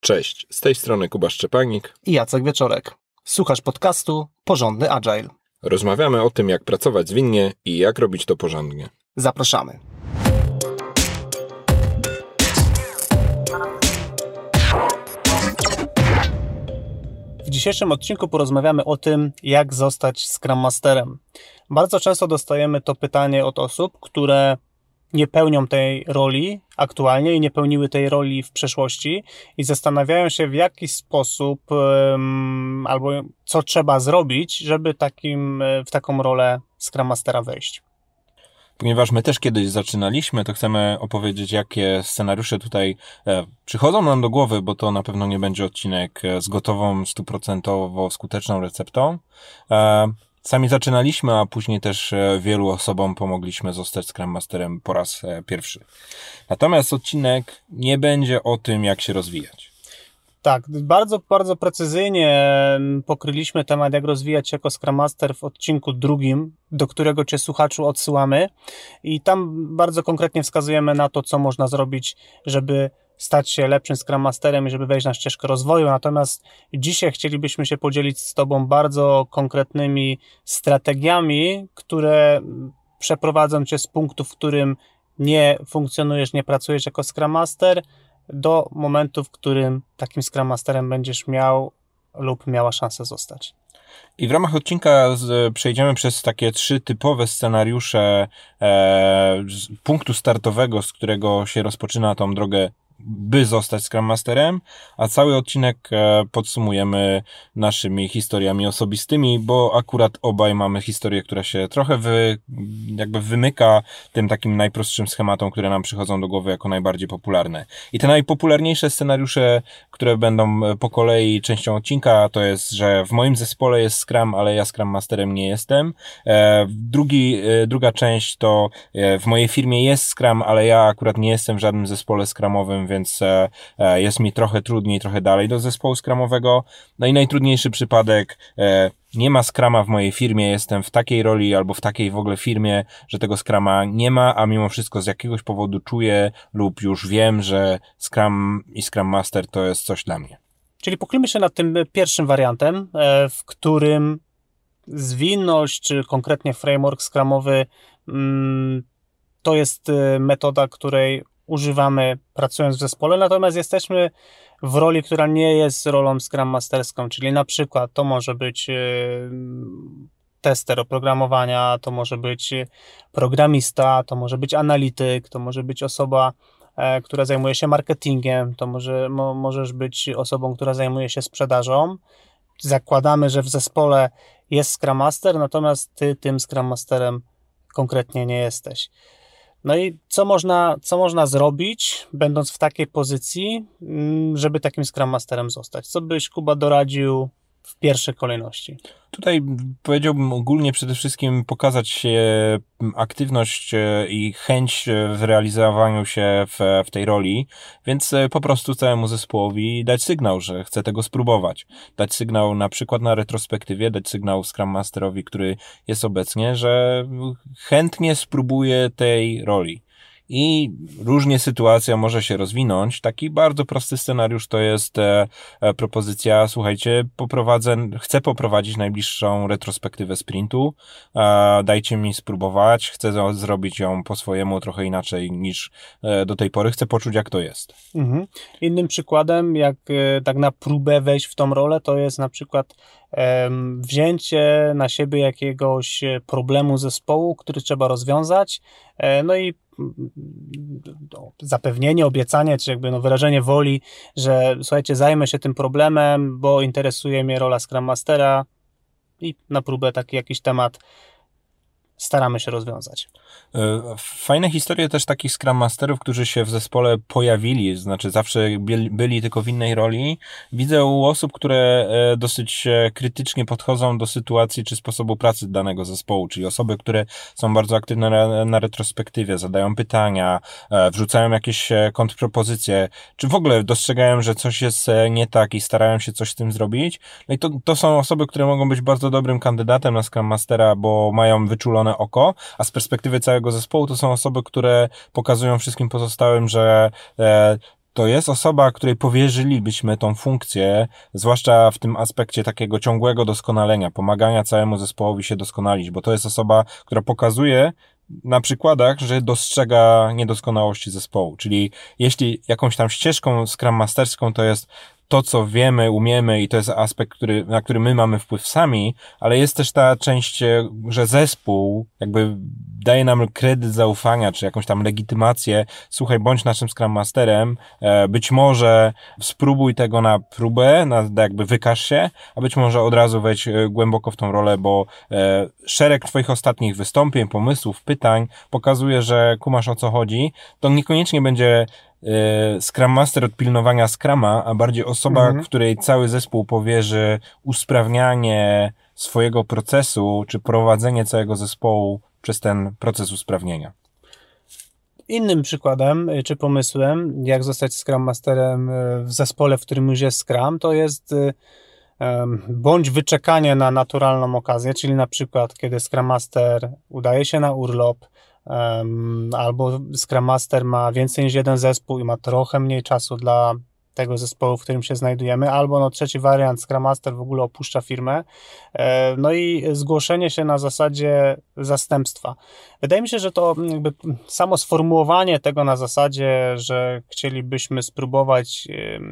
Cześć, z tej strony Kuba Szczepanik i Jacek Wieczorek. Słuchasz podcastu Porządny Agile. Rozmawiamy o tym, jak pracować zwinnie i jak robić to porządnie. Zapraszamy. W dzisiejszym odcinku porozmawiamy o tym, jak zostać Scrum Masterem. Bardzo często dostajemy to pytanie od osób, które nie pełnią tej roli aktualnie i nie pełniły tej roli w przeszłości i zastanawiają się, w jaki sposób albo co trzeba zrobić, żeby w taką rolę Scrum Mastera wejść. Ponieważ my też kiedyś zaczynaliśmy, to chcemy opowiedzieć, jakie scenariusze tutaj przychodzą nam do głowy, bo to na pewno nie będzie odcinek z gotową, 100% skuteczną receptą. Sami zaczynaliśmy, a później też wielu osobom pomogliśmy zostać Scrum Masterem po raz pierwszy. Natomiast odcinek nie będzie o tym, jak się rozwijać. Tak, bardzo, bardzo precyzyjnie pokryliśmy temat, jak rozwijać się jako Scrum Master w odcinku 2, do którego Cię, słuchaczu, odsyłamy. I tam bardzo konkretnie wskazujemy na to, co można zrobić, żeby stać się lepszym Scrum Masterem i żeby wejść na ścieżkę rozwoju. Natomiast dzisiaj chcielibyśmy się podzielić z Tobą bardzo konkretnymi strategiami, które przeprowadzą Cię z punktu, w którym nie funkcjonujesz, nie pracujesz jako Scrum Master, do momentu, w którym takim Scrum Masterem będziesz miał lub miała szansę zostać. I w ramach odcinka przejdziemy przez takie 3 typowe scenariusze punktu startowego, z którego się rozpoczyna tą drogę, by zostać Scrum Masterem, a cały odcinek podsumujemy naszymi historiami osobistymi, bo akurat obaj mamy historię, która się trochę wymyka tym takim najprostszym schematom, które nam przychodzą do głowy jako najbardziej popularne. I te najpopularniejsze scenariusze, które będą po kolei częścią odcinka, to jest, że w moim zespole jest Scrum, ale ja Scrum Masterem nie jestem. Druga część to w mojej firmie jest Scrum, ale ja akurat nie jestem w żadnym zespole Scrumowym, więc jest mi trochę trudniej, trochę dalej do zespołu Scrumowego. No i najtrudniejszy przypadek, nie ma Scruma w mojej firmie, jestem w takiej roli albo w takiej w ogóle firmie, że tego Scruma nie ma, a mimo wszystko z jakiegoś powodu czuję lub już wiem, że Scrum i Scrum Master to jest coś dla mnie. Czyli pochylmy się nad tym pierwszym wariantem, w którym zwinność, czy konkretnie framework Scrumowy, to jest metoda, której używamy pracując w zespole, natomiast jesteśmy w roli, która nie jest rolą Scrum Masterską, czyli na przykład to może być tester oprogramowania, to może być programista, to może być analityk, to może być osoba, która zajmuje się marketingiem, to możesz być osobą, która zajmuje się sprzedażą. Zakładamy, że w zespole jest Scrum Master, natomiast ty tym Scrum Masterem konkretnie nie jesteś. No i co można zrobić, będąc w takiej pozycji, żeby takim Scrum Masterem zostać? Co byś, Kuba, doradził w pierwszej kolejności? Tutaj powiedziałbym ogólnie przede wszystkim pokazać aktywność i chęć w realizowaniu się w tej roli, więc po prostu całemu zespołowi dać sygnał, że chcę tego spróbować. Dać sygnał na przykład na retrospektywie, dać sygnał Scrum Masterowi, który jest obecnie, że chętnie spróbuje tej roli. I różnie sytuacja może się rozwinąć. Taki bardzo prosty scenariusz to jest propozycja, słuchajcie, chcę poprowadzić najbliższą retrospektywę sprintu, dajcie mi spróbować, chcę zrobić ją po swojemu, trochę inaczej niż do tej pory, chcę poczuć, jak to jest. Mhm. Innym przykładem, jak tak na próbę wejść w tą rolę, to jest na przykład wzięcie na siebie jakiegoś problemu zespołu, który trzeba rozwiązać, no i zapewnienie, obiecanie, czy wyrażenie woli, że słuchajcie, zajmę się tym problemem, bo interesuje mnie rola Scrum Mastera i na próbę taki jakiś temat staramy się rozwiązać. Fajne historie też takich Scrum Masterów, którzy się w zespole pojawili, znaczy zawsze byli tylko w innej roli. Widzę u osób, które dosyć krytycznie podchodzą do sytuacji czy sposobu pracy danego zespołu, czyli osoby, które są bardzo aktywne na retrospektywie, zadają pytania, wrzucają jakieś kontrpropozycje, czy w ogóle dostrzegają, że coś jest nie tak i starają się coś z tym zrobić. No i to są osoby, które mogą być bardzo dobrym kandydatem na Scrum Mastera, bo mają wyczulone oko, a z perspektywy całego zespołu to są osoby, które pokazują wszystkim pozostałym, że to jest osoba, której powierzylibyśmy tą funkcję, zwłaszcza w tym aspekcie takiego ciągłego doskonalenia, pomagania całemu zespołowi się doskonalić, bo to jest osoba, która pokazuje na przykładach, że dostrzega niedoskonałości zespołu. Czyli jeśli jakąś tam ścieżką Scrum Masterską to jest to, co wiemy, umiemy i to jest aspekt, na który my mamy wpływ sami, ale jest też ta część, że zespół jakby daje nam kredyt zaufania, czy jakąś tam legitymację. Słuchaj, bądź naszym Scrum Masterem, być może spróbuj tego na próbę, jakby wykaż się, a być może od razu wejdź głęboko w tą rolę, bo szereg twoich ostatnich wystąpień, pomysłów, pytań pokazuje, że kumasz, o co chodzi. To niekoniecznie będzie Scrum Master od pilnowania Scruma, a bardziej osoba, której cały zespół powierzy usprawnianie swojego procesu, czy prowadzenie całego zespołu przez ten proces usprawnienia. Innym przykładem, czy pomysłem, jak zostać Scrum Masterem w zespole, w którym już jest Scrum, to jest bądź wyczekanie na naturalną okazję, czyli na przykład, kiedy Scrum Master udaje się na urlop, albo Scrum Master ma więcej niż jeden zespół i ma trochę mniej czasu dla tego zespołu, w którym się znajdujemy, albo trzeci wariant, Scrum Master w ogóle opuszcza firmę, no i zgłoszenie się na zasadzie zastępstwa. Wydaje mi się, że to jakby samo sformułowanie tego na zasadzie, że chcielibyśmy spróbować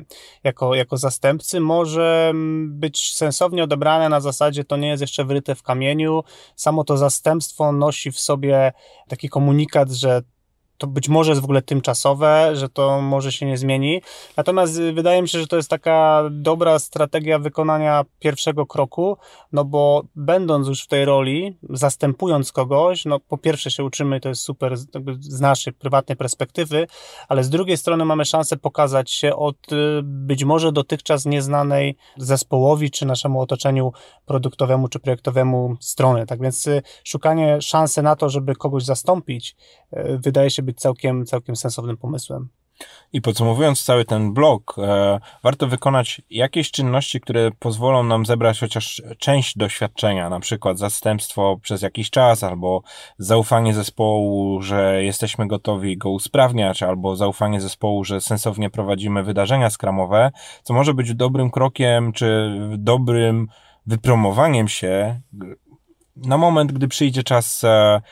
jako zastępcy, może być sensownie odebrane na zasadzie, to nie jest jeszcze wyryte w kamieniu. Samo to zastępstwo nosi w sobie taki komunikat, że to być może jest w ogóle tymczasowe, że to może się nie zmieni. Natomiast wydaje mi się, że to jest taka dobra strategia wykonania pierwszego kroku, no bo będąc już w tej roli, zastępując kogoś, no po pierwsze się uczymy, to jest super z naszej prywatnej perspektywy, ale z drugiej strony mamy szansę pokazać się od być może dotychczas nieznanej zespołowi, czy naszemu otoczeniu produktowemu, czy projektowemu strony. Tak więc szukanie szansy na to, żeby kogoś zastąpić, wydaje się być całkiem sensownym pomysłem. I podsumowując cały ten blok, warto wykonać jakieś czynności, które pozwolą nam zebrać chociaż część doświadczenia, na przykład zastępstwo przez jakiś czas, albo zaufanie zespołu, że jesteśmy gotowi go usprawniać, albo zaufanie zespołu, że sensownie prowadzimy wydarzenia scrumowe, co może być dobrym krokiem, czy dobrym wypromowaniem się na moment, gdy przyjdzie czas,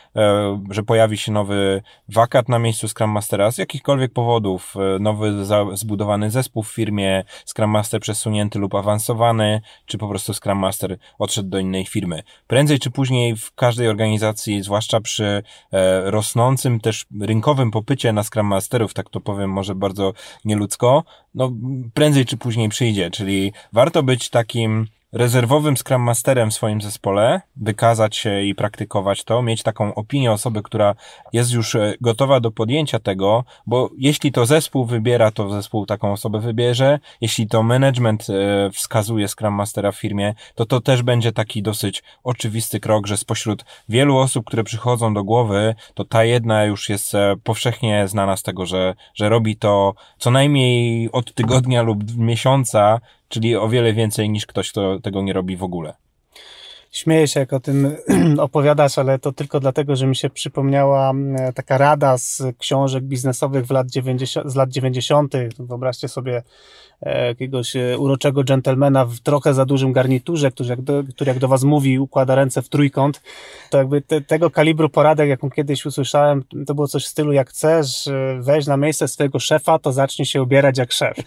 że pojawi się nowy wakat na miejscu Scrum Mastera z jakichkolwiek powodów, nowy zbudowany zespół w firmie, Scrum Master przesunięty lub awansowany, czy po prostu Scrum Master odszedł do innej firmy. Prędzej czy później w każdej organizacji, zwłaszcza przy rosnącym też rynkowym popycie na Scrum Masterów, tak to powiem może bardzo nieludzko, no prędzej czy później przyjdzie, czyli warto być takim rezerwowym Scrum Masterem w swoim zespole, wykazać się i praktykować to, mieć taką opinię osoby, która jest już gotowa do podjęcia tego, bo jeśli to zespół wybiera, to zespół taką osobę wybierze, jeśli to management wskazuje Scrum Mastera w firmie, to też będzie taki dosyć oczywisty krok, że spośród wielu osób, które przychodzą do głowy, to ta jedna już jest powszechnie znana z tego, że robi to co najmniej od tygodnia lub miesiąca, czyli o wiele więcej niż ktoś, kto tego nie robi w ogóle. Śmieję się, jak o tym opowiadasz, ale to tylko dlatego, że mi się przypomniała taka rada z książek biznesowych z lat 90. Wyobraźcie sobie jakiegoś uroczego dżentelmena w trochę za dużym garniturze, który jak do was mówi, układa ręce w trójkąt. To jakby tego kalibru poradek, jaką kiedyś usłyszałem, to było coś w stylu: jak chcesz wejść na miejsce swojego szefa, to zacznij się ubierać jak szef.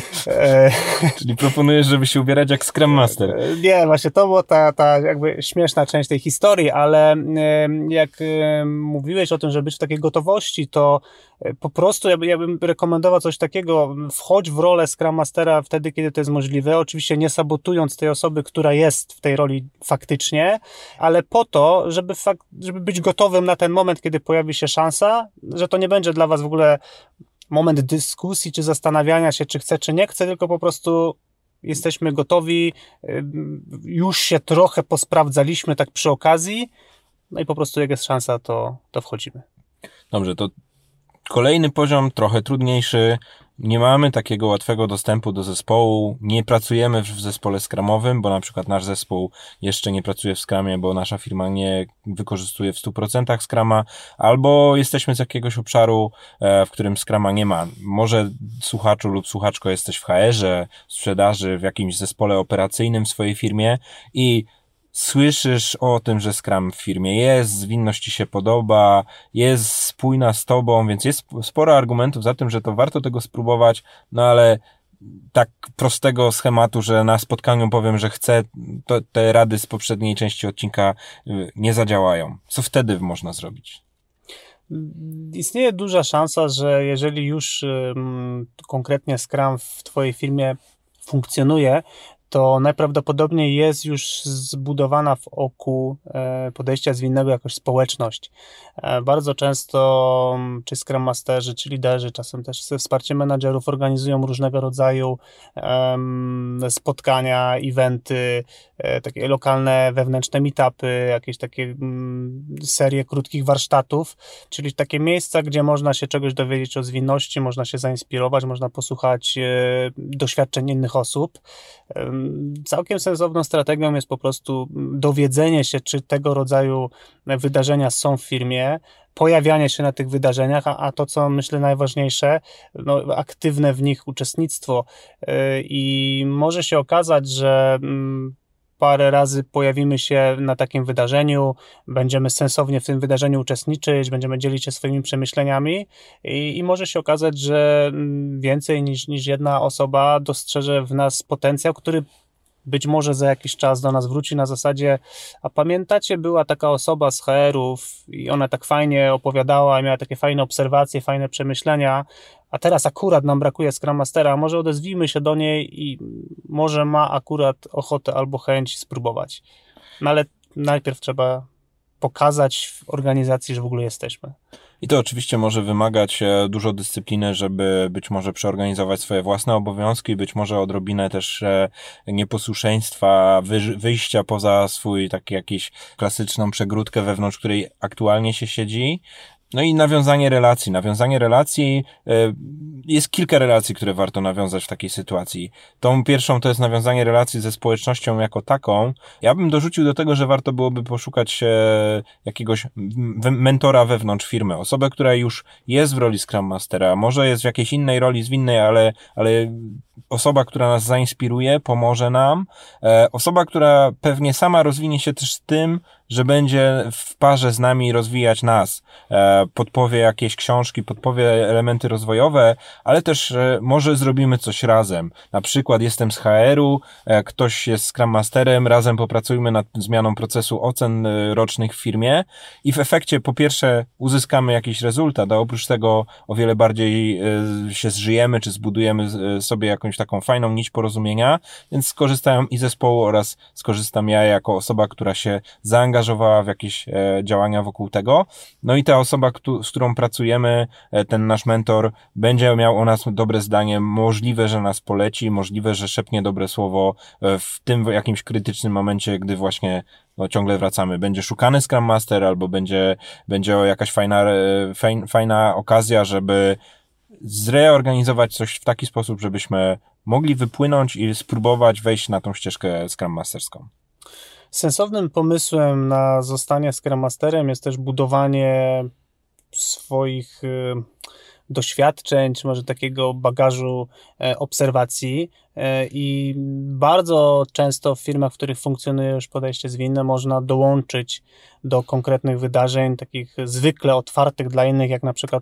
Czyli proponujesz, żeby się ubierać jak Scrum Master. Nie, właśnie to była ta jakby śmieszna część tej historii, ale jak mówiłeś o tym, żeby być w takiej gotowości, to po prostu ja bym rekomendował coś takiego: wchodź w rolę Scrum Mastera wtedy, kiedy to jest możliwe, oczywiście nie sabotując tej osoby, która jest w tej roli faktycznie, ale po to, żeby być gotowym na ten moment, kiedy pojawi się szansa, że to nie będzie dla was w ogóle moment dyskusji, czy zastanawiania się, czy chcę, czy nie chcę, tylko po prostu jesteśmy gotowi, już się trochę posprawdzaliśmy tak przy okazji, no i po prostu jak jest szansa, to wchodzimy. Dobrze, to kolejny poziom, trochę trudniejszy, nie mamy takiego łatwego dostępu do zespołu, nie pracujemy w zespole scrumowym, bo na przykład nasz zespół jeszcze nie pracuje w Scrumie, bo nasza firma nie wykorzystuje w 100% Scruma, albo jesteśmy z jakiegoś obszaru, w którym Scruma nie ma. Może słuchaczu lub słuchaczko jesteś w HR-ze, w sprzedaży, w jakimś zespole operacyjnym w swojej firmie i słyszysz o tym, że Scrum w firmie jest, zwinność ci się podoba, jest spójna z tobą, więc jest sporo argumentów za tym, że to warto tego spróbować, no ale tak prostego schematu, że na spotkaniu powiem, że chcę, to te rady z poprzedniej części odcinka nie zadziałają. Co wtedy można zrobić? Istnieje duża szansa, że jeżeli już konkretnie Scrum w twojej firmie funkcjonuje, to najprawdopodobniej jest już zbudowana wokół podejścia zwinnego jakoś społeczność. Bardzo często czy Scrum Masterzy, czy liderzy, czasem też ze wsparciem menadżerów organizują różnego rodzaju spotkania, eventy, takie lokalne, wewnętrzne meetupy, jakieś takie serie krótkich warsztatów, czyli takie miejsca, gdzie można się czegoś dowiedzieć o zwinności, można się zainspirować, można posłuchać doświadczeń innych osób. Całkiem sensowną strategią jest po prostu dowiedzenie się, czy tego rodzaju wydarzenia są w firmie, pojawianie się na tych wydarzeniach, a to, co myślę najważniejsze, no, aktywne w nich uczestnictwo. I może się okazać, że parę razy pojawimy się na takim wydarzeniu, będziemy sensownie w tym wydarzeniu uczestniczyć, będziemy dzielić się swoimi przemyśleniami i może się okazać, że więcej niż jedna osoba dostrzeże w nas potencjał, który być może za jakiś czas do nas wróci na zasadzie, a pamiętacie, była taka osoba z HR-ów i ona tak fajnie opowiadała, miała takie fajne obserwacje, fajne przemyślenia, a teraz akurat nam brakuje Scrum Mastera, może odezwijmy się do niej i może ma akurat ochotę albo chęć spróbować. No ale najpierw trzeba pokazać w organizacji, że w ogóle jesteśmy. I to oczywiście może wymagać dużo dyscypliny, żeby być może przeorganizować swoje własne obowiązki, być może odrobinę też nieposłuszeństwa, wyjścia poza swój taki jakiś klasyczną przegródkę, wewnątrz której aktualnie się siedzi. No i nawiązanie relacji. Nawiązanie relacji, jest kilka relacji, które warto nawiązać w takiej sytuacji. Tą pierwszą to jest nawiązanie relacji ze społecznością jako taką. Ja bym dorzucił do tego, że warto byłoby poszukać jakiegoś mentora wewnątrz firmy. Osobę, która już jest w roli Scrum Mastera, może jest w jakiejś innej roli zwinnej, ale osoba, która nas zainspiruje, pomoże nam. Osoba, która pewnie sama rozwinie się też tym, że będzie w parze z nami rozwijać nas. Podpowie jakieś książki, podpowie elementy rozwojowe, ale też może zrobimy coś razem. Na przykład jestem z HR-u, ktoś jest Scrum Masterem, razem popracujmy nad zmianą procesu ocen rocznych w firmie i w efekcie po pierwsze uzyskamy jakiś rezultat, a oprócz tego o wiele bardziej się zżyjemy, czy zbudujemy sobie jakąś taką fajną nić porozumienia, więc skorzystają i zespołu oraz skorzystam ja jako osoba, która się zaangażowała w jakieś działania wokół tego. No i ta osoba, z którą pracujemy, ten nasz mentor, będzie miał o nas dobre zdanie, możliwe, że nas poleci, możliwe, że szepnie dobre słowo w tym jakimś krytycznym momencie, gdy właśnie ciągle wracamy. Będzie szukany Scrum Master albo będzie jakaś fajna okazja, żeby zreorganizować coś w taki sposób, żebyśmy mogli wypłynąć i spróbować wejść na tą ścieżkę Scrum Masterską. Sensownym pomysłem na zostanie Scrum Masterem jest też budowanie swoich doświadczeń, czy może takiego bagażu obserwacji i bardzo często w firmach, w których funkcjonuje już podejście zwinne, można dołączyć do konkretnych wydarzeń, takich zwykle otwartych dla innych, jak na przykład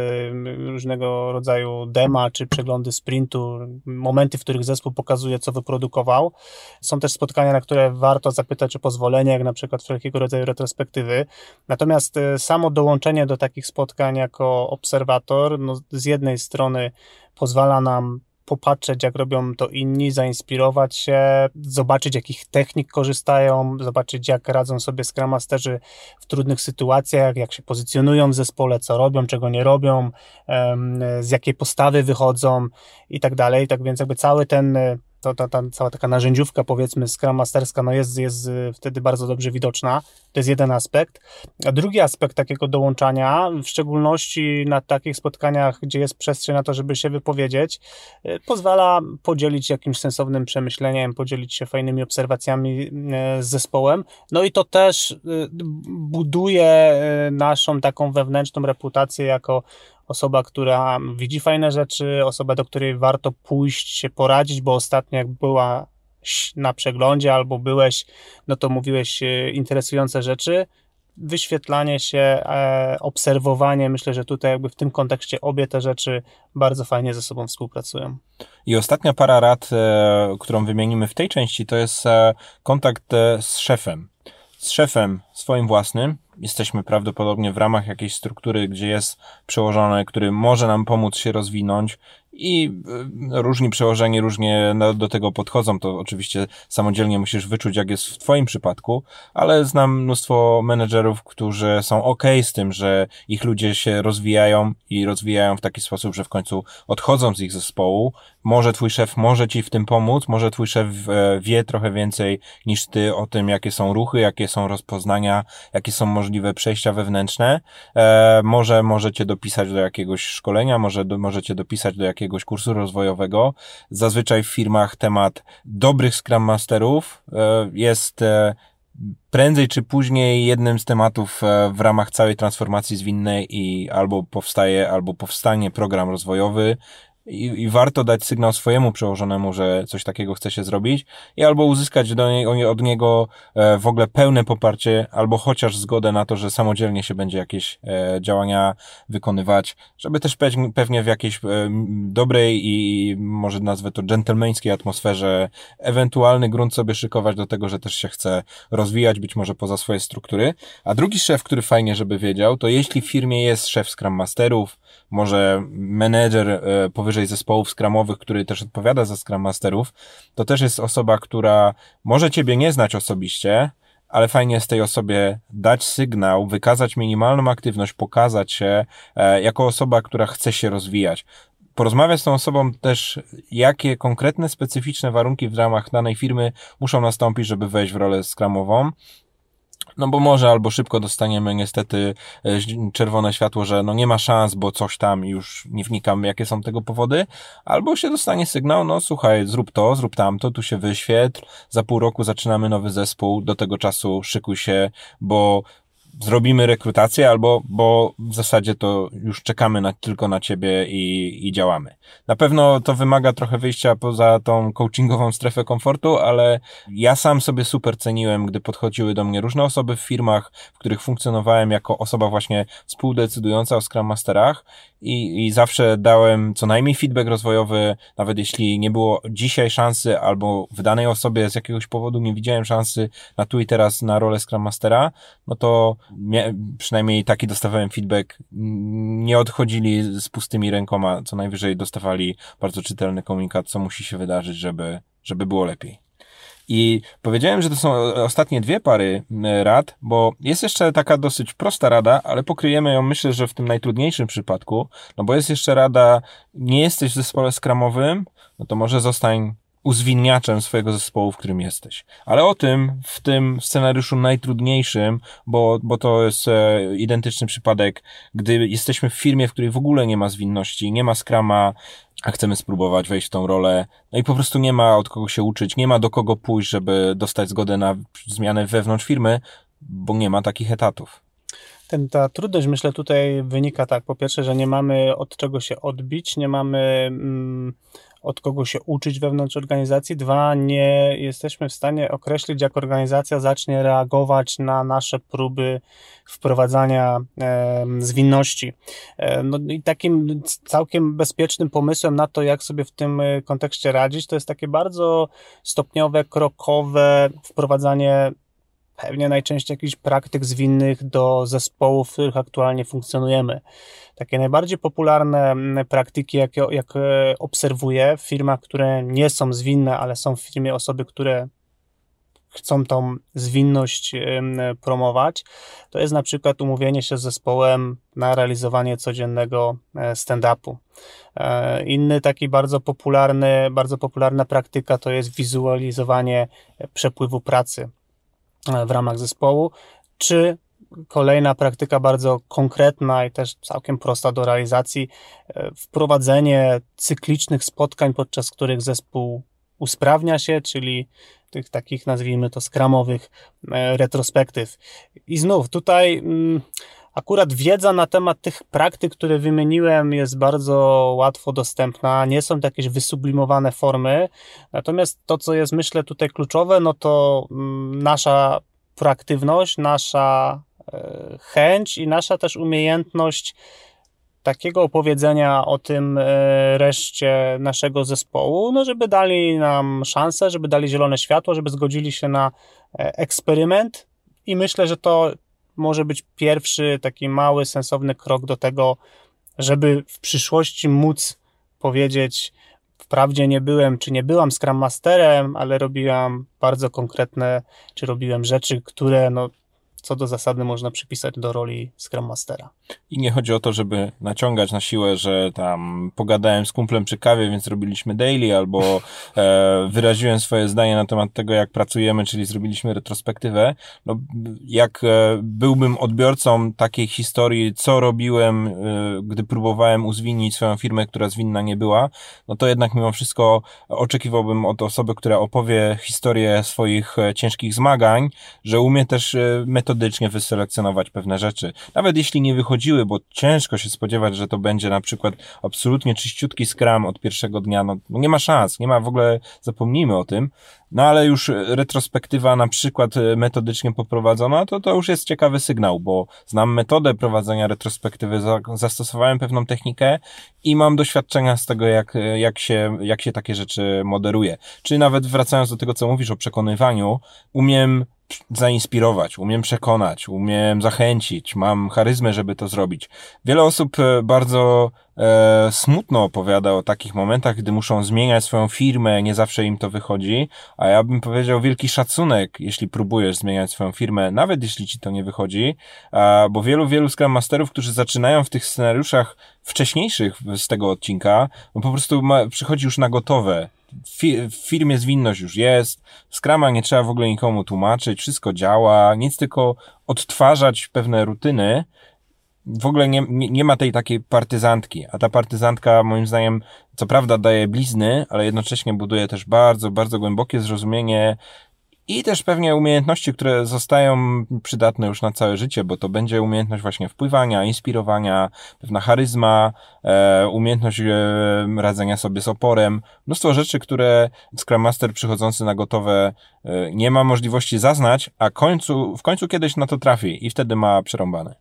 różnego rodzaju dema, czy przeglądy sprintu, momenty, w których zespół pokazuje, co wyprodukował. Są też spotkania, na które warto zapytać o pozwolenie, jak na przykład wszelkiego rodzaju retrospektywy. Natomiast samo dołączenie do takich spotkań jako obserwator, no, z jednej strony pozwala nam popatrzeć, jak robią to inni, zainspirować się, zobaczyć, jakich technik korzystają, zobaczyć, jak radzą sobie Scrum Masterzy w trudnych sytuacjach, jak się pozycjonują w zespole, co robią, czego nie robią, z jakiej postawy wychodzą i tak dalej. Tak więc jakby cały ten ta cała taka narzędziówka, powiedzmy, Scrum Masterska, no jest wtedy bardzo dobrze widoczna. To jest jeden aspekt. A drugi aspekt takiego dołączania, w szczególności na takich spotkaniach, gdzie jest przestrzeń na to, żeby się wypowiedzieć, pozwala podzielić jakimś sensownym przemyśleniem, podzielić się fajnymi obserwacjami z zespołem. No i to też buduje naszą taką wewnętrzną reputację jako osoba, która widzi fajne rzeczy, osoba, do której warto pójść się poradzić, bo ostatnio jak była na przeglądzie albo byłeś, no to mówiłeś interesujące rzeczy. Wyświetlanie się, obserwowanie, myślę, że tutaj jakby w tym kontekście obie te rzeczy bardzo fajnie ze sobą współpracują. I ostatnia para rad, którą wymienimy w tej części, to jest kontakt z szefem. Z szefem swoim własnym. Jesteśmy prawdopodobnie w ramach jakiejś struktury, gdzie jest przełożony, który może nam pomóc się rozwinąć i różni przełożeni różnie do tego podchodzą. To oczywiście samodzielnie musisz wyczuć, jak jest w twoim przypadku, ale znam mnóstwo menedżerów, którzy są okej z tym, że ich ludzie się rozwijają i rozwijają w taki sposób, że w końcu odchodzą z ich zespołu. Może twój szef może ci w tym pomóc, może twój szef wie trochę więcej niż ty o tym, jakie są ruchy, jakie są rozpoznania, jakie są możliwe przejścia wewnętrzne. Może cię dopisać do jakiegoś szkolenia, może cię dopisać do jakiegoś kursu rozwojowego. Zazwyczaj w firmach temat dobrych Scrum Masterów jest prędzej czy później jednym z tematów w ramach całej transformacji zwinnej i albo powstanie program rozwojowy, i warto dać sygnał swojemu przełożonemu, że coś takiego chce się zrobić i albo uzyskać od niego w ogóle pełne poparcie, albo chociaż zgodę na to, że samodzielnie się będzie jakieś działania wykonywać, żeby też pewnie w jakiejś dobrej i może nazwę to dżentelmeńskiej atmosferze ewentualny grunt sobie szykować do tego, że też się chce rozwijać, być może poza swoje struktury. A drugi szef, który fajnie, żeby wiedział, to jeśli w firmie jest szef Scrum Masterów, może menedżer powyżej zespołów scrumowych, który też odpowiada za Scrum Masterów, to też jest osoba, która może ciebie nie znać osobiście, ale fajnie jest tej osobie dać sygnał, wykazać minimalną aktywność, pokazać się jako osoba, która chce się rozwijać. Porozmawiać z tą osobą też, jakie konkretne, specyficzne warunki w ramach danej firmy muszą nastąpić, żeby wejść w rolę scrumową. No bo może albo szybko dostaniemy niestety czerwone światło, że no nie ma szans, bo coś tam, już nie wnikam, jakie są tego powody, albo się dostanie sygnał, no słuchaj, zrób to, zrób tamto, tu się wyświetl, za pół roku zaczynamy nowy zespół, do tego czasu szykuj się, bo zrobimy rekrutację, bo w zasadzie to już czekamy tylko na ciebie i działamy. Na pewno to wymaga trochę wyjścia poza tą coachingową strefę komfortu, ale ja sam sobie super ceniłem, gdy podchodziły do mnie różne osoby w firmach, w których funkcjonowałem jako osoba właśnie współdecydująca o Scrum Masterach i zawsze dałem co najmniej feedback rozwojowy, nawet jeśli nie było dzisiaj szansy albo w danej osobie z jakiegoś powodu nie widziałem szansy na tu i teraz na rolę Scrum Mastera, no to przynajmniej taki dostawałem feedback, nie odchodzili z pustymi rękoma, co najwyżej dostawali bardzo czytelny komunikat, co musi się wydarzyć, żeby było lepiej. I powiedziałem, że to są ostatnie dwie pary rad, bo jest jeszcze taka dosyć prosta rada, ale pokryjemy ją myślę, że w tym najtrudniejszym przypadku, no bo jest jeszcze rada, nie jesteś w zespole scrumowym, no to może zostań uzwinniaczem swojego zespołu, w którym jesteś. Ale o tym w tym scenariuszu najtrudniejszym, bo to jest identyczny przypadek, gdy jesteśmy w firmie, w której w ogóle nie ma zwinności, nie ma Scruma, a chcemy spróbować wejść w tą rolę, no i po prostu nie ma od kogo się uczyć, nie ma do kogo pójść, żeby dostać zgodę na zmianę wewnątrz firmy, bo nie ma takich etatów. Ta trudność, myślę, tutaj wynika tak, po pierwsze, że nie mamy od czego się odbić, nie mamy od kogo się uczyć wewnątrz organizacji. Dwa, nie jesteśmy w stanie określić, jak organizacja zacznie reagować na nasze próby wprowadzania zwinności. No i takim całkiem bezpiecznym pomysłem na to, jak sobie w tym kontekście radzić, to jest takie bardzo stopniowe, krokowe wprowadzanie pewnie najczęściej jakichś praktyk zwinnych do zespołów, w których aktualnie funkcjonujemy. Takie najbardziej popularne praktyki, jak obserwuję w firmach, które nie są zwinne, ale są w firmie osoby, które chcą tą zwinność promować, to jest na przykład umówienie się z zespołem na realizowanie codziennego stand-upu. Inny taki bardzo popularna praktyka to jest wizualizowanie przepływu pracy w ramach zespołu, czy kolejna praktyka bardzo konkretna i też całkiem prosta do realizacji, wprowadzenie cyklicznych spotkań, podczas których zespół usprawnia się, czyli tych takich, nazwijmy to, skramowych retrospektyw. I znów tutaj akurat wiedza na temat tych praktyk, które wymieniłem, jest bardzo łatwo dostępna, nie są to jakieś wysublimowane formy, natomiast to, co jest, myślę, tutaj kluczowe, no to nasza proaktywność, nasza chęć i nasza też umiejętność takiego opowiedzenia o tym reszcie naszego zespołu, no żeby dali nam szansę, żeby dali zielone światło, żeby zgodzili się na eksperyment i myślę, że to może być pierwszy taki mały, sensowny krok do tego, żeby w przyszłości móc powiedzieć: wprawdzie nie byłem, czy nie byłam Scrum Masterem, ale robiłam bardzo konkretne, czy robiłem rzeczy, które no co do zasady można przypisać do roli Scrum Mastera. I nie chodzi o to, żeby naciągać na siłę, że tam pogadałem z kumplem przy kawie, więc robiliśmy daily, albo wyraziłem swoje zdanie na temat tego, jak pracujemy, czyli zrobiliśmy retrospektywę. No, jak byłbym odbiorcą takiej historii, co robiłem, gdy próbowałem uzwinnić swoją firmę, która zwinna nie była, no to jednak mimo wszystko oczekiwałbym od osoby, która opowie historię swoich ciężkich zmagań, że umie też metodycznie wyselekcjonować pewne rzeczy. Nawet jeśli nie wychodziły, bo ciężko się spodziewać, że to będzie na przykład absolutnie czyściutki Scrum od pierwszego dnia, no nie ma szans, nie ma w ogóle, zapomnijmy o tym, no ale już retrospektywa na przykład metodycznie poprowadzona, to już jest ciekawy sygnał, bo znam metodę prowadzenia retrospektywy, zastosowałem pewną technikę i mam doświadczenia z tego, jak się takie rzeczy moderuje. Czy nawet wracając do tego, co mówisz o przekonywaniu, umiem zainspirować, umiem przekonać, umiem zachęcić, mam charyzmę, żeby to zrobić. Wiele osób bardzo smutno opowiada o takich momentach, gdy muszą zmieniać swoją firmę, nie zawsze im to wychodzi, a ja bym powiedział wielki szacunek, jeśli próbujesz zmieniać swoją firmę, nawet jeśli ci to nie wychodzi, bo wielu Scrum Masterów, którzy zaczynają w tych scenariuszach wcześniejszych z tego odcinka, no po prostu przychodzi już na gotowe. W firmie zwinność już jest, Scruma nie trzeba w ogóle nikomu tłumaczyć, wszystko działa, nic tylko odtwarzać pewne rutyny. W ogóle nie ma tej takiej partyzantki, a ta partyzantka moim zdaniem co prawda daje blizny, ale jednocześnie buduje też bardzo, bardzo głębokie zrozumienie i też pewnie umiejętności, które zostają przydatne już na całe życie, bo to będzie umiejętność właśnie wpływania, inspirowania, pewna charyzma, umiejętność radzenia sobie z oporem. Mnóstwo rzeczy, które Scrum Master przychodzący na gotowe nie ma możliwości zaznać, a w końcu kiedyś na to trafi i wtedy ma przerąbane.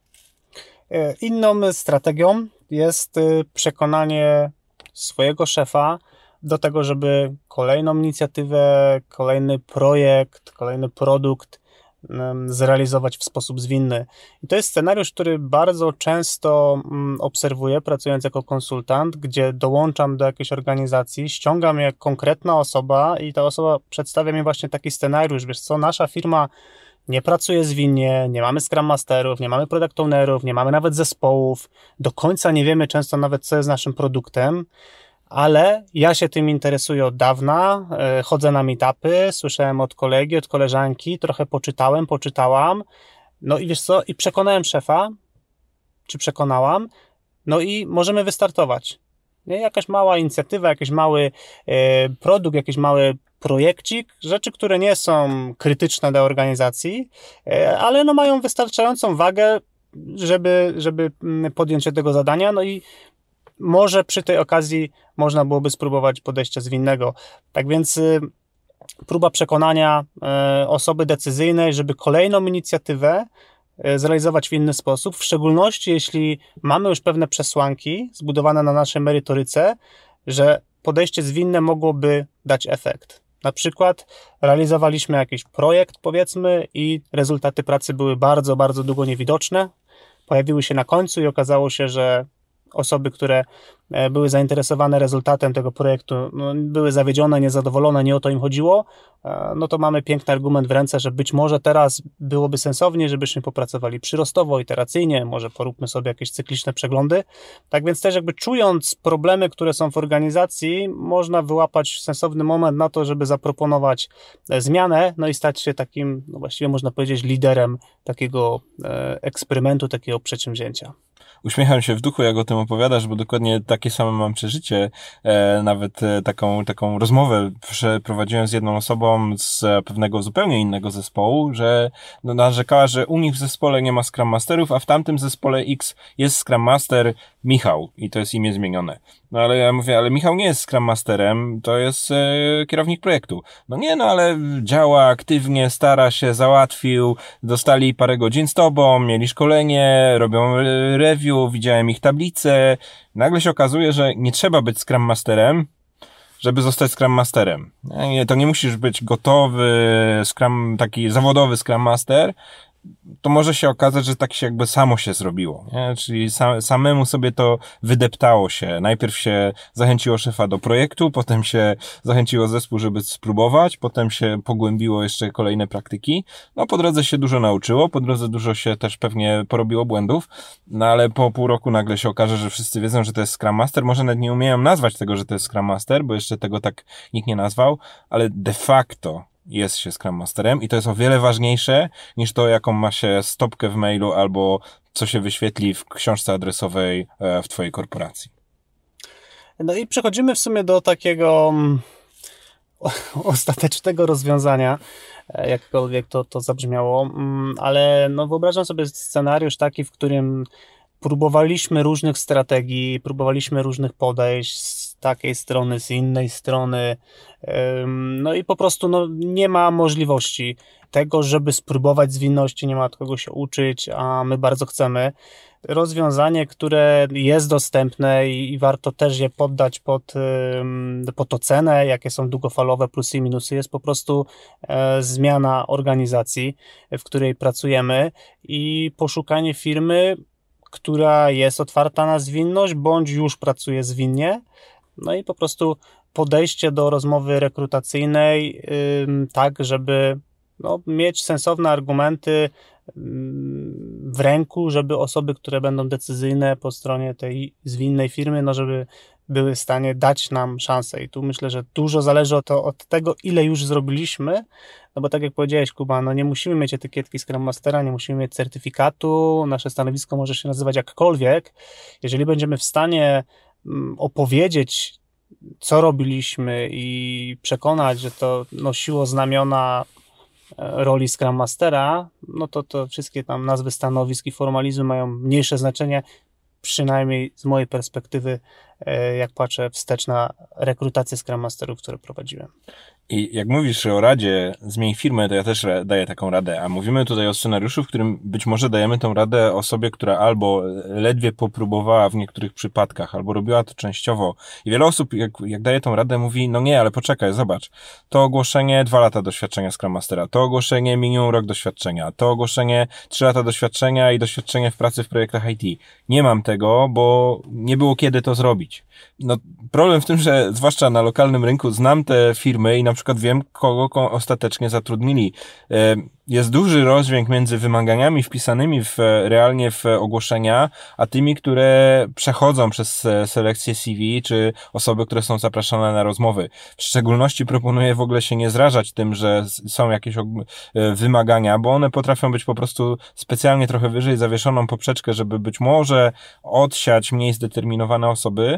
Inną strategią jest przekonanie swojego szefa do tego, żeby kolejną inicjatywę, kolejny projekt, kolejny produkt zrealizować w sposób zwinny. I to jest scenariusz, który bardzo często obserwuję, pracując jako konsultant, gdzie dołączam do jakiejś organizacji, ściągam jak konkretna osoba i ta osoba przedstawia mi właśnie taki scenariusz. Wiesz co, nasza firma nie pracuje zwinnie, nie mamy Scrum Masterów, nie mamy Product Ownerów, nie mamy nawet zespołów, do końca nie wiemy często nawet, co jest naszym produktem, ale ja się tym interesuję od dawna, chodzę na meetupy, słyszałem od kolegi, od koleżanki, trochę poczytałam, no i wiesz co, i przekonałem szefa, czy przekonałam, no i możemy wystartować. Nie? Jakaś mała inicjatywa, jakiś mały produkt, jakiś mały projekcik, rzeczy, które nie są krytyczne dla organizacji, ale no mają wystarczającą wagę, żeby podjąć się tego zadania, no i może przy tej okazji można byłoby spróbować podejścia zwinnego. Tak więc próba przekonania osoby decyzyjnej, żeby kolejną inicjatywę zrealizować w inny sposób, w szczególności jeśli mamy już pewne przesłanki zbudowane na naszej merytoryce, że podejście zwinne mogłoby dać efekt. Na przykład realizowaliśmy jakiś projekt, powiedzmy, i rezultaty pracy były bardzo, bardzo długo niewidoczne. Pojawiły się na końcu i okazało się, że osoby, które były zainteresowane rezultatem tego projektu, no, były zawiedzione, niezadowolone, nie o to im chodziło, no to mamy piękny argument w ręce, że być może teraz byłoby sensownie, żebyśmy popracowali przyrostowo, iteracyjnie, może poróbmy sobie jakieś cykliczne przeglądy. Tak więc też jakby czując problemy, które są w organizacji, można wyłapać sensowny moment na to, żeby zaproponować zmianę, no i stać się takim, no właściwie można powiedzieć, liderem takiego eksperymentu, takiego przedsięwzięcia. Uśmiecham się w duchu, jak o tym opowiadasz, bo dokładnie takie same mam przeżycie. Nawet taką rozmowę przeprowadziłem z jedną osobą z pewnego zupełnie innego zespołu, że narzekała, że u nich w zespole nie ma Scrum Masterów, a w tamtym zespole X jest Scrum Master Michał i to jest imię zmienione. No ale ja mówię, ale Michał nie jest Scrum Masterem, to jest kierownik projektu. No nie, no ale działa aktywnie, stara się, załatwił, dostali parę godzin z tobą, mieli szkolenie, robią review, widziałem ich tablicę. Nagle się okazuje, że nie trzeba być Scrum Masterem, żeby zostać Scrum Masterem. To nie musisz być gotowy, taki zawodowy Scrum Master. To może się okazać, że tak się jakby samo się zrobiło, nie? Czyli samemu sobie to wydeptało się. Najpierw się zachęciło szefa do projektu, potem się zachęciło zespół, żeby spróbować, potem się pogłębiło jeszcze kolejne praktyki. No po drodze się dużo nauczyło, po drodze dużo się też pewnie porobiło błędów, no ale po pół roku nagle się okaże, że wszyscy wiedzą, że to jest Scrum Master, może nawet nie umieją nazwać tego, że to jest Scrum Master, bo jeszcze tego tak nikt nie nazwał, ale de facto jest się Scrum Masterem i to jest o wiele ważniejsze niż to, jaką ma się stopkę w mailu albo co się wyświetli w książce adresowej w twojej korporacji. No i przechodzimy w sumie do takiego ostatecznego rozwiązania, jakkolwiek to zabrzmiało, ale no wyobrażam sobie scenariusz taki, w którym próbowaliśmy różnych strategii, próbowaliśmy różnych podejść z takiej strony, z innej strony, no i po prostu no, nie ma możliwości tego, żeby spróbować zwinności, nie ma od kogo się uczyć, a my bardzo chcemy. Rozwiązanie, które jest dostępne i warto też je poddać pod ocenę, jakie są długofalowe plusy i minusy, jest po prostu zmiana organizacji, w której pracujemy i poszukanie firmy, która jest otwarta na zwinność, bądź już pracuje zwinnie. No i po prostu podejście do rozmowy rekrutacyjnej tak, żeby no, mieć sensowne argumenty w ręku, żeby osoby, które będą decyzyjne po stronie tej zwinnej firmy, no żeby były w stanie dać nam szansę. I tu myślę, że dużo zależy od tego, ile już zrobiliśmy, no bo tak jak powiedziałeś, Kuba, no nie musimy mieć etykietki Scrum Mastera, nie musimy mieć certyfikatu, nasze stanowisko może się nazywać jakkolwiek. Jeżeli będziemy w stanie opowiedzieć, co robiliśmy i przekonać, że to nosiło znamiona roli Scrum Mastera, no to wszystkie tam nazwy stanowisk i formalizmy mają mniejsze znaczenie, przynajmniej z mojej perspektywy, jak patrzę wstecz na rekrutację Scrum Masterów, które prowadziłem. I jak mówisz o radzie zmień firmę, to ja też daję taką radę, a mówimy tutaj o scenariuszu, w którym być może dajemy tą radę osobie, która albo ledwie popróbowała w niektórych przypadkach, albo robiła to częściowo. I wiele osób, jak daje tą radę, mówi, no nie, ale poczekaj, zobacz, to ogłoszenie 2 lata doświadczenia Scrum Mastera, to ogłoszenie minimum rok doświadczenia, to ogłoszenie 3 lata doświadczenia i doświadczenie w pracy w projektach IT. Nie mam tego, bo nie było kiedy to zrobić. No, problem w tym, że zwłaszcza na lokalnym rynku znam te firmy i na przykład wiem, kogo ostatecznie zatrudnili. Jest duży rozdźwięk między wymaganiami wpisanymi realnie w ogłoszenia, a tymi, które przechodzą przez selekcję CV, czy osoby, które są zapraszane na rozmowy. W szczególności proponuję w ogóle się nie zrażać tym, że są jakieś wymagania, bo one potrafią być po prostu specjalnie trochę wyżej zawieszoną poprzeczkę, żeby być może odsiać mniej zdeterminowane osoby.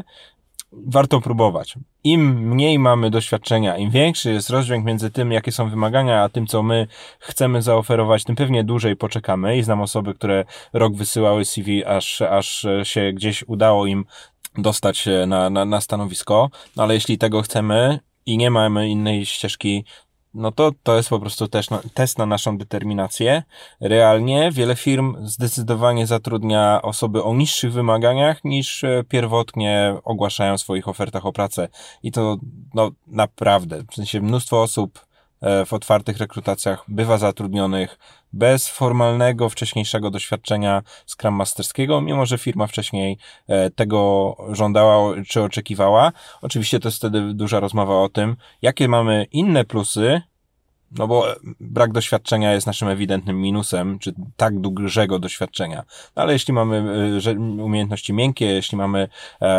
Warto próbować. Im mniej mamy doświadczenia, im większy jest rozdźwięk między tym, jakie są wymagania, a tym, co my chcemy zaoferować, tym pewnie dłużej poczekamy. I znam osoby, które rok wysyłały CV, aż się gdzieś udało im dostać się na stanowisko. No ale jeśli tego chcemy i nie mamy innej ścieżki, no to jest po prostu też test na naszą determinację. Realnie wiele firm zdecydowanie zatrudnia osoby o niższych wymaganiach niż pierwotnie ogłaszają w swoich ofertach o pracę. I to no naprawdę, w sensie mnóstwo osób w otwartych rekrutacjach bywa zatrudnionych bez formalnego, wcześniejszego doświadczenia Scrum Masterskiego, mimo że firma wcześniej tego żądała czy oczekiwała. Oczywiście to jest wtedy duża rozmowa o tym, jakie mamy inne plusy, no bo brak doświadczenia jest naszym ewidentnym minusem, czy tak dużego doświadczenia. Ale jeśli mamy umiejętności miękkie, jeśli mamy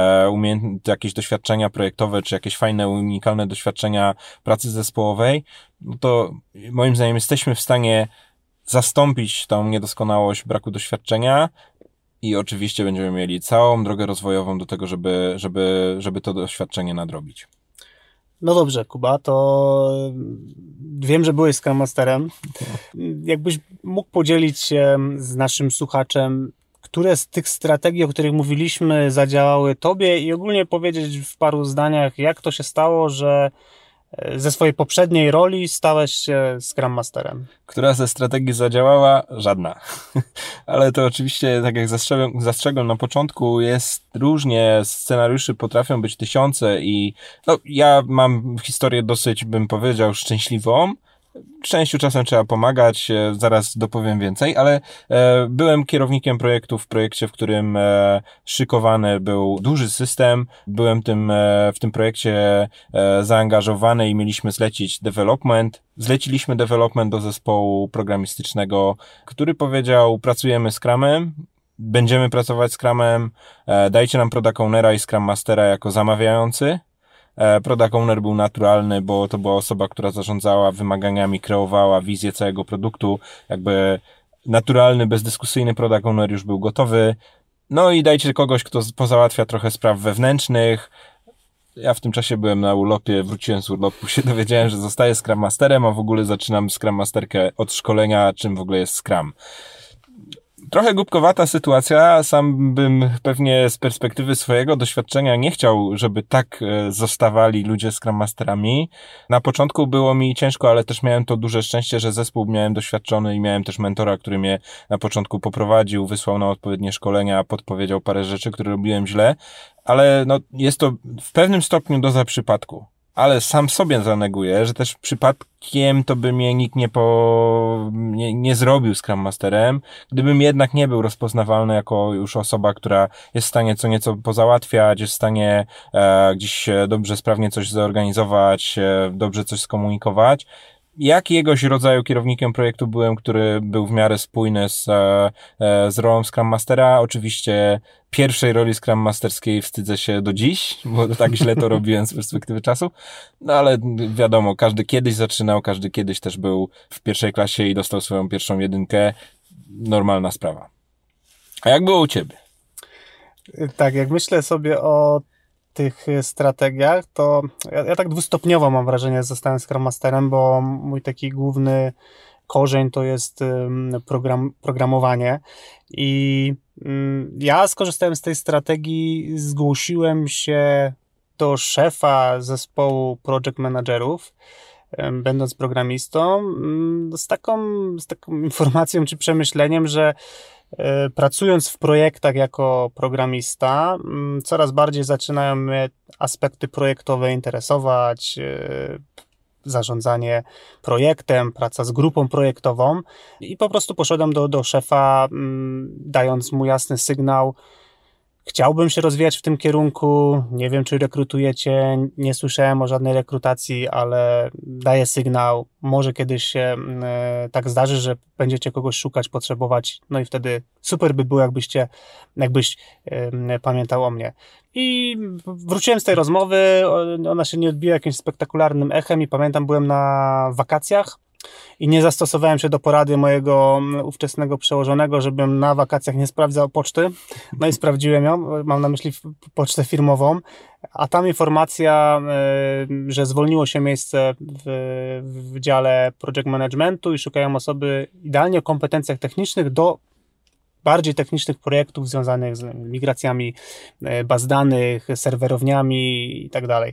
jakieś doświadczenia projektowe, czy jakieś fajne, unikalne doświadczenia pracy zespołowej, no to moim zdaniem jesteśmy w stanie zastąpić tą niedoskonałość braku doświadczenia i oczywiście będziemy mieli całą drogę rozwojową do tego, żeby to doświadczenie nadrobić. No dobrze, Kuba, to wiem, że byłeś Scrum Masterem. Jakbyś mógł podzielić się z naszym słuchaczem, które z tych strategii, o których mówiliśmy, zadziałały tobie i ogólnie powiedzieć w paru zdaniach, jak to się stało, że ze swojej poprzedniej roli stałeś się Scrum Masterem. Która ze strategii zadziałała? Żadna. Ale to oczywiście, tak jak zastrzegłem na początku, jest różnie, scenariuszy potrafią być tysiące i no, ja mam historię dosyć, bym powiedział, szczęśliwą. Częściu czasem trzeba pomagać, zaraz dopowiem więcej, ale byłem kierownikiem projektu w projekcie, w którym szykowany był duży system. Byłem w tym projekcie zaangażowany i mieliśmy zlecić development. Zleciliśmy development do zespołu programistycznego, który powiedział, pracujemy Scrumem, będziemy pracować Scrumem, dajcie nam Product Ownera i Scrum Mastera jako zamawiający. Product Owner był naturalny, bo to była osoba, która zarządzała wymaganiami, kreowała wizję całego produktu. Jakby naturalny, bezdyskusyjny Product Owner już był gotowy. No i dajcie kogoś, kto pozałatwia trochę spraw wewnętrznych. Ja w tym czasie byłem na urlopie, wróciłem z urlopu, się dowiedziałem, że zostaję Scrum Masterem, a w ogóle zaczynam Scrum Masterkę od szkolenia, czym w ogóle jest Scrum. Trochę głupkowata sytuacja, sam bym pewnie z perspektywy swojego doświadczenia nie chciał, żeby tak zostawali ludzie Scrum Masterami. Na początku było mi ciężko, ale też miałem to duże szczęście, że zespół miałem doświadczony i miałem też mentora, który mnie na początku poprowadził, wysłał na odpowiednie szkolenia, podpowiedział parę rzeczy, które robiłem źle, ale no, jest to w pewnym stopniu doza przypadku. Ale sam sobie zaneguję, że też przypadkiem to by mnie nikt nie zrobił Scrum Masterem, gdybym jednak nie był rozpoznawalny jako już osoba, która jest w stanie co nieco pozałatwiać, jest w stanie gdzieś dobrze, sprawnie coś zorganizować, dobrze coś skomunikować. Jakiegoś rodzaju kierownikiem projektu byłem, który był w miarę spójny z rolą Scrum Mastera. Oczywiście pierwszej roli Scrum Masterskiej wstydzę się do dziś, bo tak źle to robiłem z perspektywy czasu. No ale wiadomo, każdy kiedyś zaczynał, każdy kiedyś też był w pierwszej klasie i dostał swoją pierwszą jedynkę. Normalna sprawa. A jak było u ciebie? Tak, jak myślę sobie o tych strategiach, to ja tak dwustopniowo mam wrażenie, że zostałem Scrum Masterem, bo mój taki główny korzeń to jest programowanie i ja skorzystałem z tej strategii, zgłosiłem się do szefa zespołu project managerów, będąc programistą, z taką informacją czy przemyśleniem, że pracując w projektach jako programista, coraz bardziej zaczynają mnie aspekty projektowe interesować, zarządzanie projektem, praca z grupą projektową i po prostu poszedłem do szefa, dając mu jasny sygnał, chciałbym się rozwijać w tym kierunku, nie wiem, czy rekrutujecie, nie słyszałem o żadnej rekrutacji, ale daję sygnał, może kiedyś się tak zdarzy, że będziecie kogoś szukać, potrzebować, no i wtedy super by było, jakbyś pamiętał o mnie. I wróciłem z tej rozmowy, ona się nie odbiła jakimś spektakularnym echem i pamiętam, byłem na wakacjach, i nie zastosowałem się do porady mojego ówczesnego przełożonego, żebym na wakacjach nie sprawdzał poczty. No i sprawdziłem ją, mam na myśli pocztę firmową, a tam informacja, że zwolniło się miejsce w dziale project managementu i szukają osoby idealnie o kompetencjach technicznych do bardziej technicznych projektów związanych z migracjami baz danych, serwerowniami i tak dalej.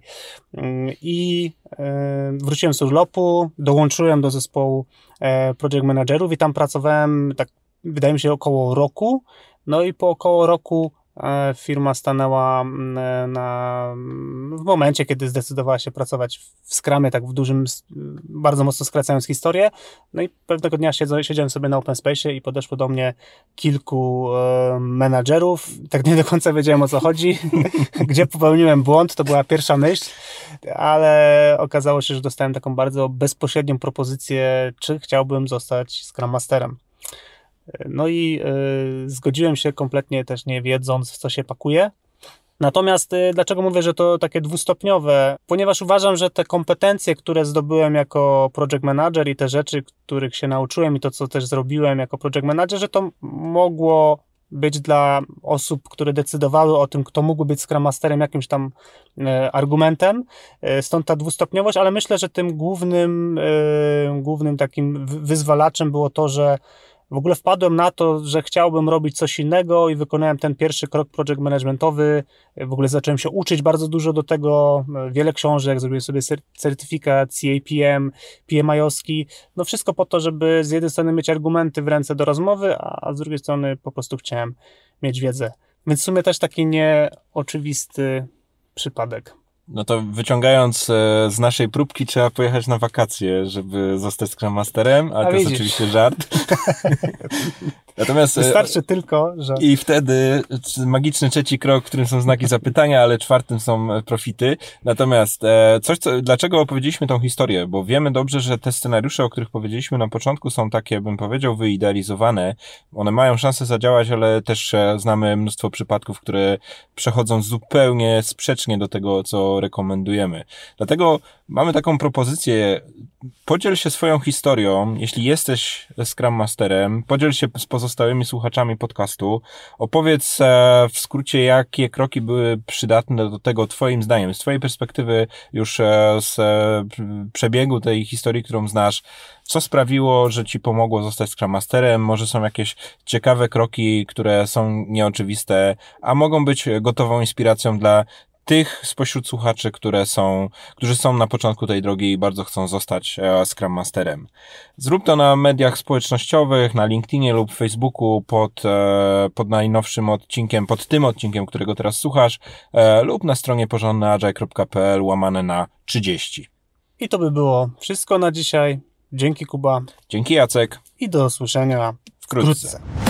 I wróciłem z urlopu, dołączyłem do zespołu project managerów i tam pracowałem, tak wydaje mi się, około roku. No i po około roku Firma stanęła w momencie, kiedy zdecydowała się pracować w Scrumie, tak w dużym, bardzo mocno skracając historię. No i pewnego dnia siedziałem sobie na Open Space i podeszło do mnie kilku menadżerów. Tak nie do końca wiedziałem, o co chodzi. Gdzie popełniłem błąd, to była pierwsza myśl, ale okazało się, że dostałem taką bardzo bezpośrednią propozycję, czy chciałbym zostać Scrum Masterem. No i zgodziłem się kompletnie też nie wiedząc, w co się pakuje. Natomiast dlaczego mówię, że to takie dwustopniowe? Ponieważ uważam, że te kompetencje, które zdobyłem jako project manager i te rzeczy, których się nauczyłem i to, co też zrobiłem jako project manager, że to mogło być dla osób, które decydowały o tym, kto mógł być Scrum Masterem, jakimś tam argumentem. Stąd ta dwustopniowość, ale myślę, że tym głównym takim wyzwalaczem było to, że w ogóle wpadłem na to, że chciałbym robić coś innego i wykonałem ten pierwszy krok project managementowy. W ogóle zacząłem się uczyć bardzo dużo do tego, wiele książek, zrobiłem sobie certyfikat CAPM, PMI-owski. No wszystko po to, żeby z jednej strony mieć argumenty w ręce do rozmowy, a z drugiej strony po prostu chciałem mieć wiedzę. Więc w sumie też taki nieoczywisty przypadek. No to wyciągając z naszej próbki trzeba pojechać na wakacje, żeby zostać Scrum Masterem, ale to jest oczywiście żart. Natomiast wystarczy tylko, że... I wtedy magiczny trzeci krok, w którym są znaki zapytania, ale czwartym są profity. Natomiast dlaczego opowiedzieliśmy tą historię? Bo wiemy dobrze, że te scenariusze, o których powiedzieliśmy na początku, są takie, bym powiedział, wyidealizowane. One mają szansę zadziałać, ale też znamy mnóstwo przypadków, które przechodzą zupełnie sprzecznie do tego, co rekomendujemy. Dlatego mamy taką propozycję. Podziel się swoją historią, jeśli jesteś Scrum Masterem, podziel się z pozostałymi słuchaczami podcastu, opowiedz w skrócie, jakie kroki były przydatne do tego twoim zdaniem, z twojej perspektywy już z przebiegu tej historii, którą znasz, co sprawiło, że ci pomogło zostać Scrum Masterem, może są jakieś ciekawe kroki, które są nieoczywiste, a mogą być gotową inspiracją dla tych spośród słuchaczy, którzy są na początku tej drogi i bardzo chcą zostać Scrum Masterem. Zrób to na mediach społecznościowych, na LinkedInie lub Facebooku pod najnowszym odcinkiem, pod tym odcinkiem, którego teraz słuchasz, lub na stronie porządnyagile.pl/30. I to by było wszystko na dzisiaj. Dzięki, Kuba. Dzięki, Jacek. I do usłyszenia wkrótce.